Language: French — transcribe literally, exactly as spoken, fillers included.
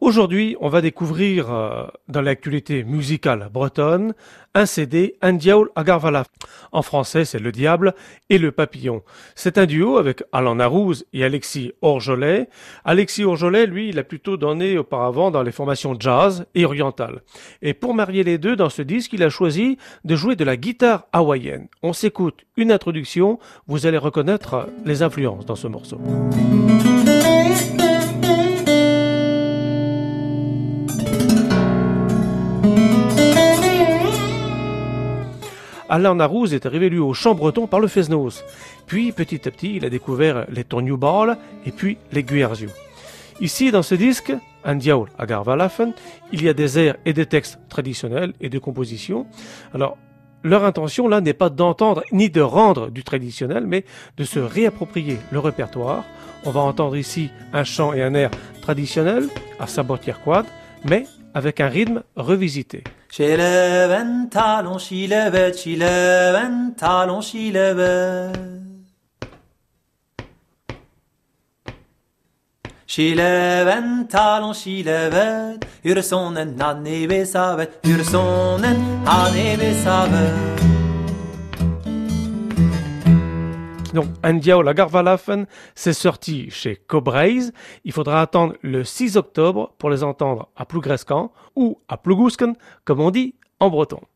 Aujourd'hui, on va découvrir euh, dans l'actualité musicale bretonne un C D, Un diawl a Garvalaf. En français, c'est Le Diable et Le Papillon. C'est un duo avec Alain Narouz et Alexis Orjolet. Alexis Orjolet, lui, il a plutôt donné auparavant dans les formations jazz et orientales. Et pour marier les deux, dans ce disque, il a choisi de jouer de la guitare hawaïenne. On s'écoute une introduction, vous allez reconnaître les influences dans ce morceau. Alain Narouz est arrivé lui au chant breton par le Fesnoz. Puis petit à petit, il a découvert les Tornubal et puis les Guerziou. Ici, dans ce disque, Un diawl a Garvalafen, il y a des airs et des textes traditionnels et de compositions. Alors, leur intention là n'est pas d'entendre ni de rendre du traditionnel, mais de se réapproprier le répertoire. On va entendre ici un chant et un air traditionnel à Sabotier-Quad, mais avec un rythme revisité. Shileven talon shilevet, shileven talon shilevet. Shileven talon shilevet, ursonen hanne besavet, ursonen hanne besavet. Donc, Un diawl a Garvalafen, c'est sorti chez Cobraise. Il faudra attendre le six octobre pour les entendre à Plougrescan ou à Plougusken, comme on dit en breton.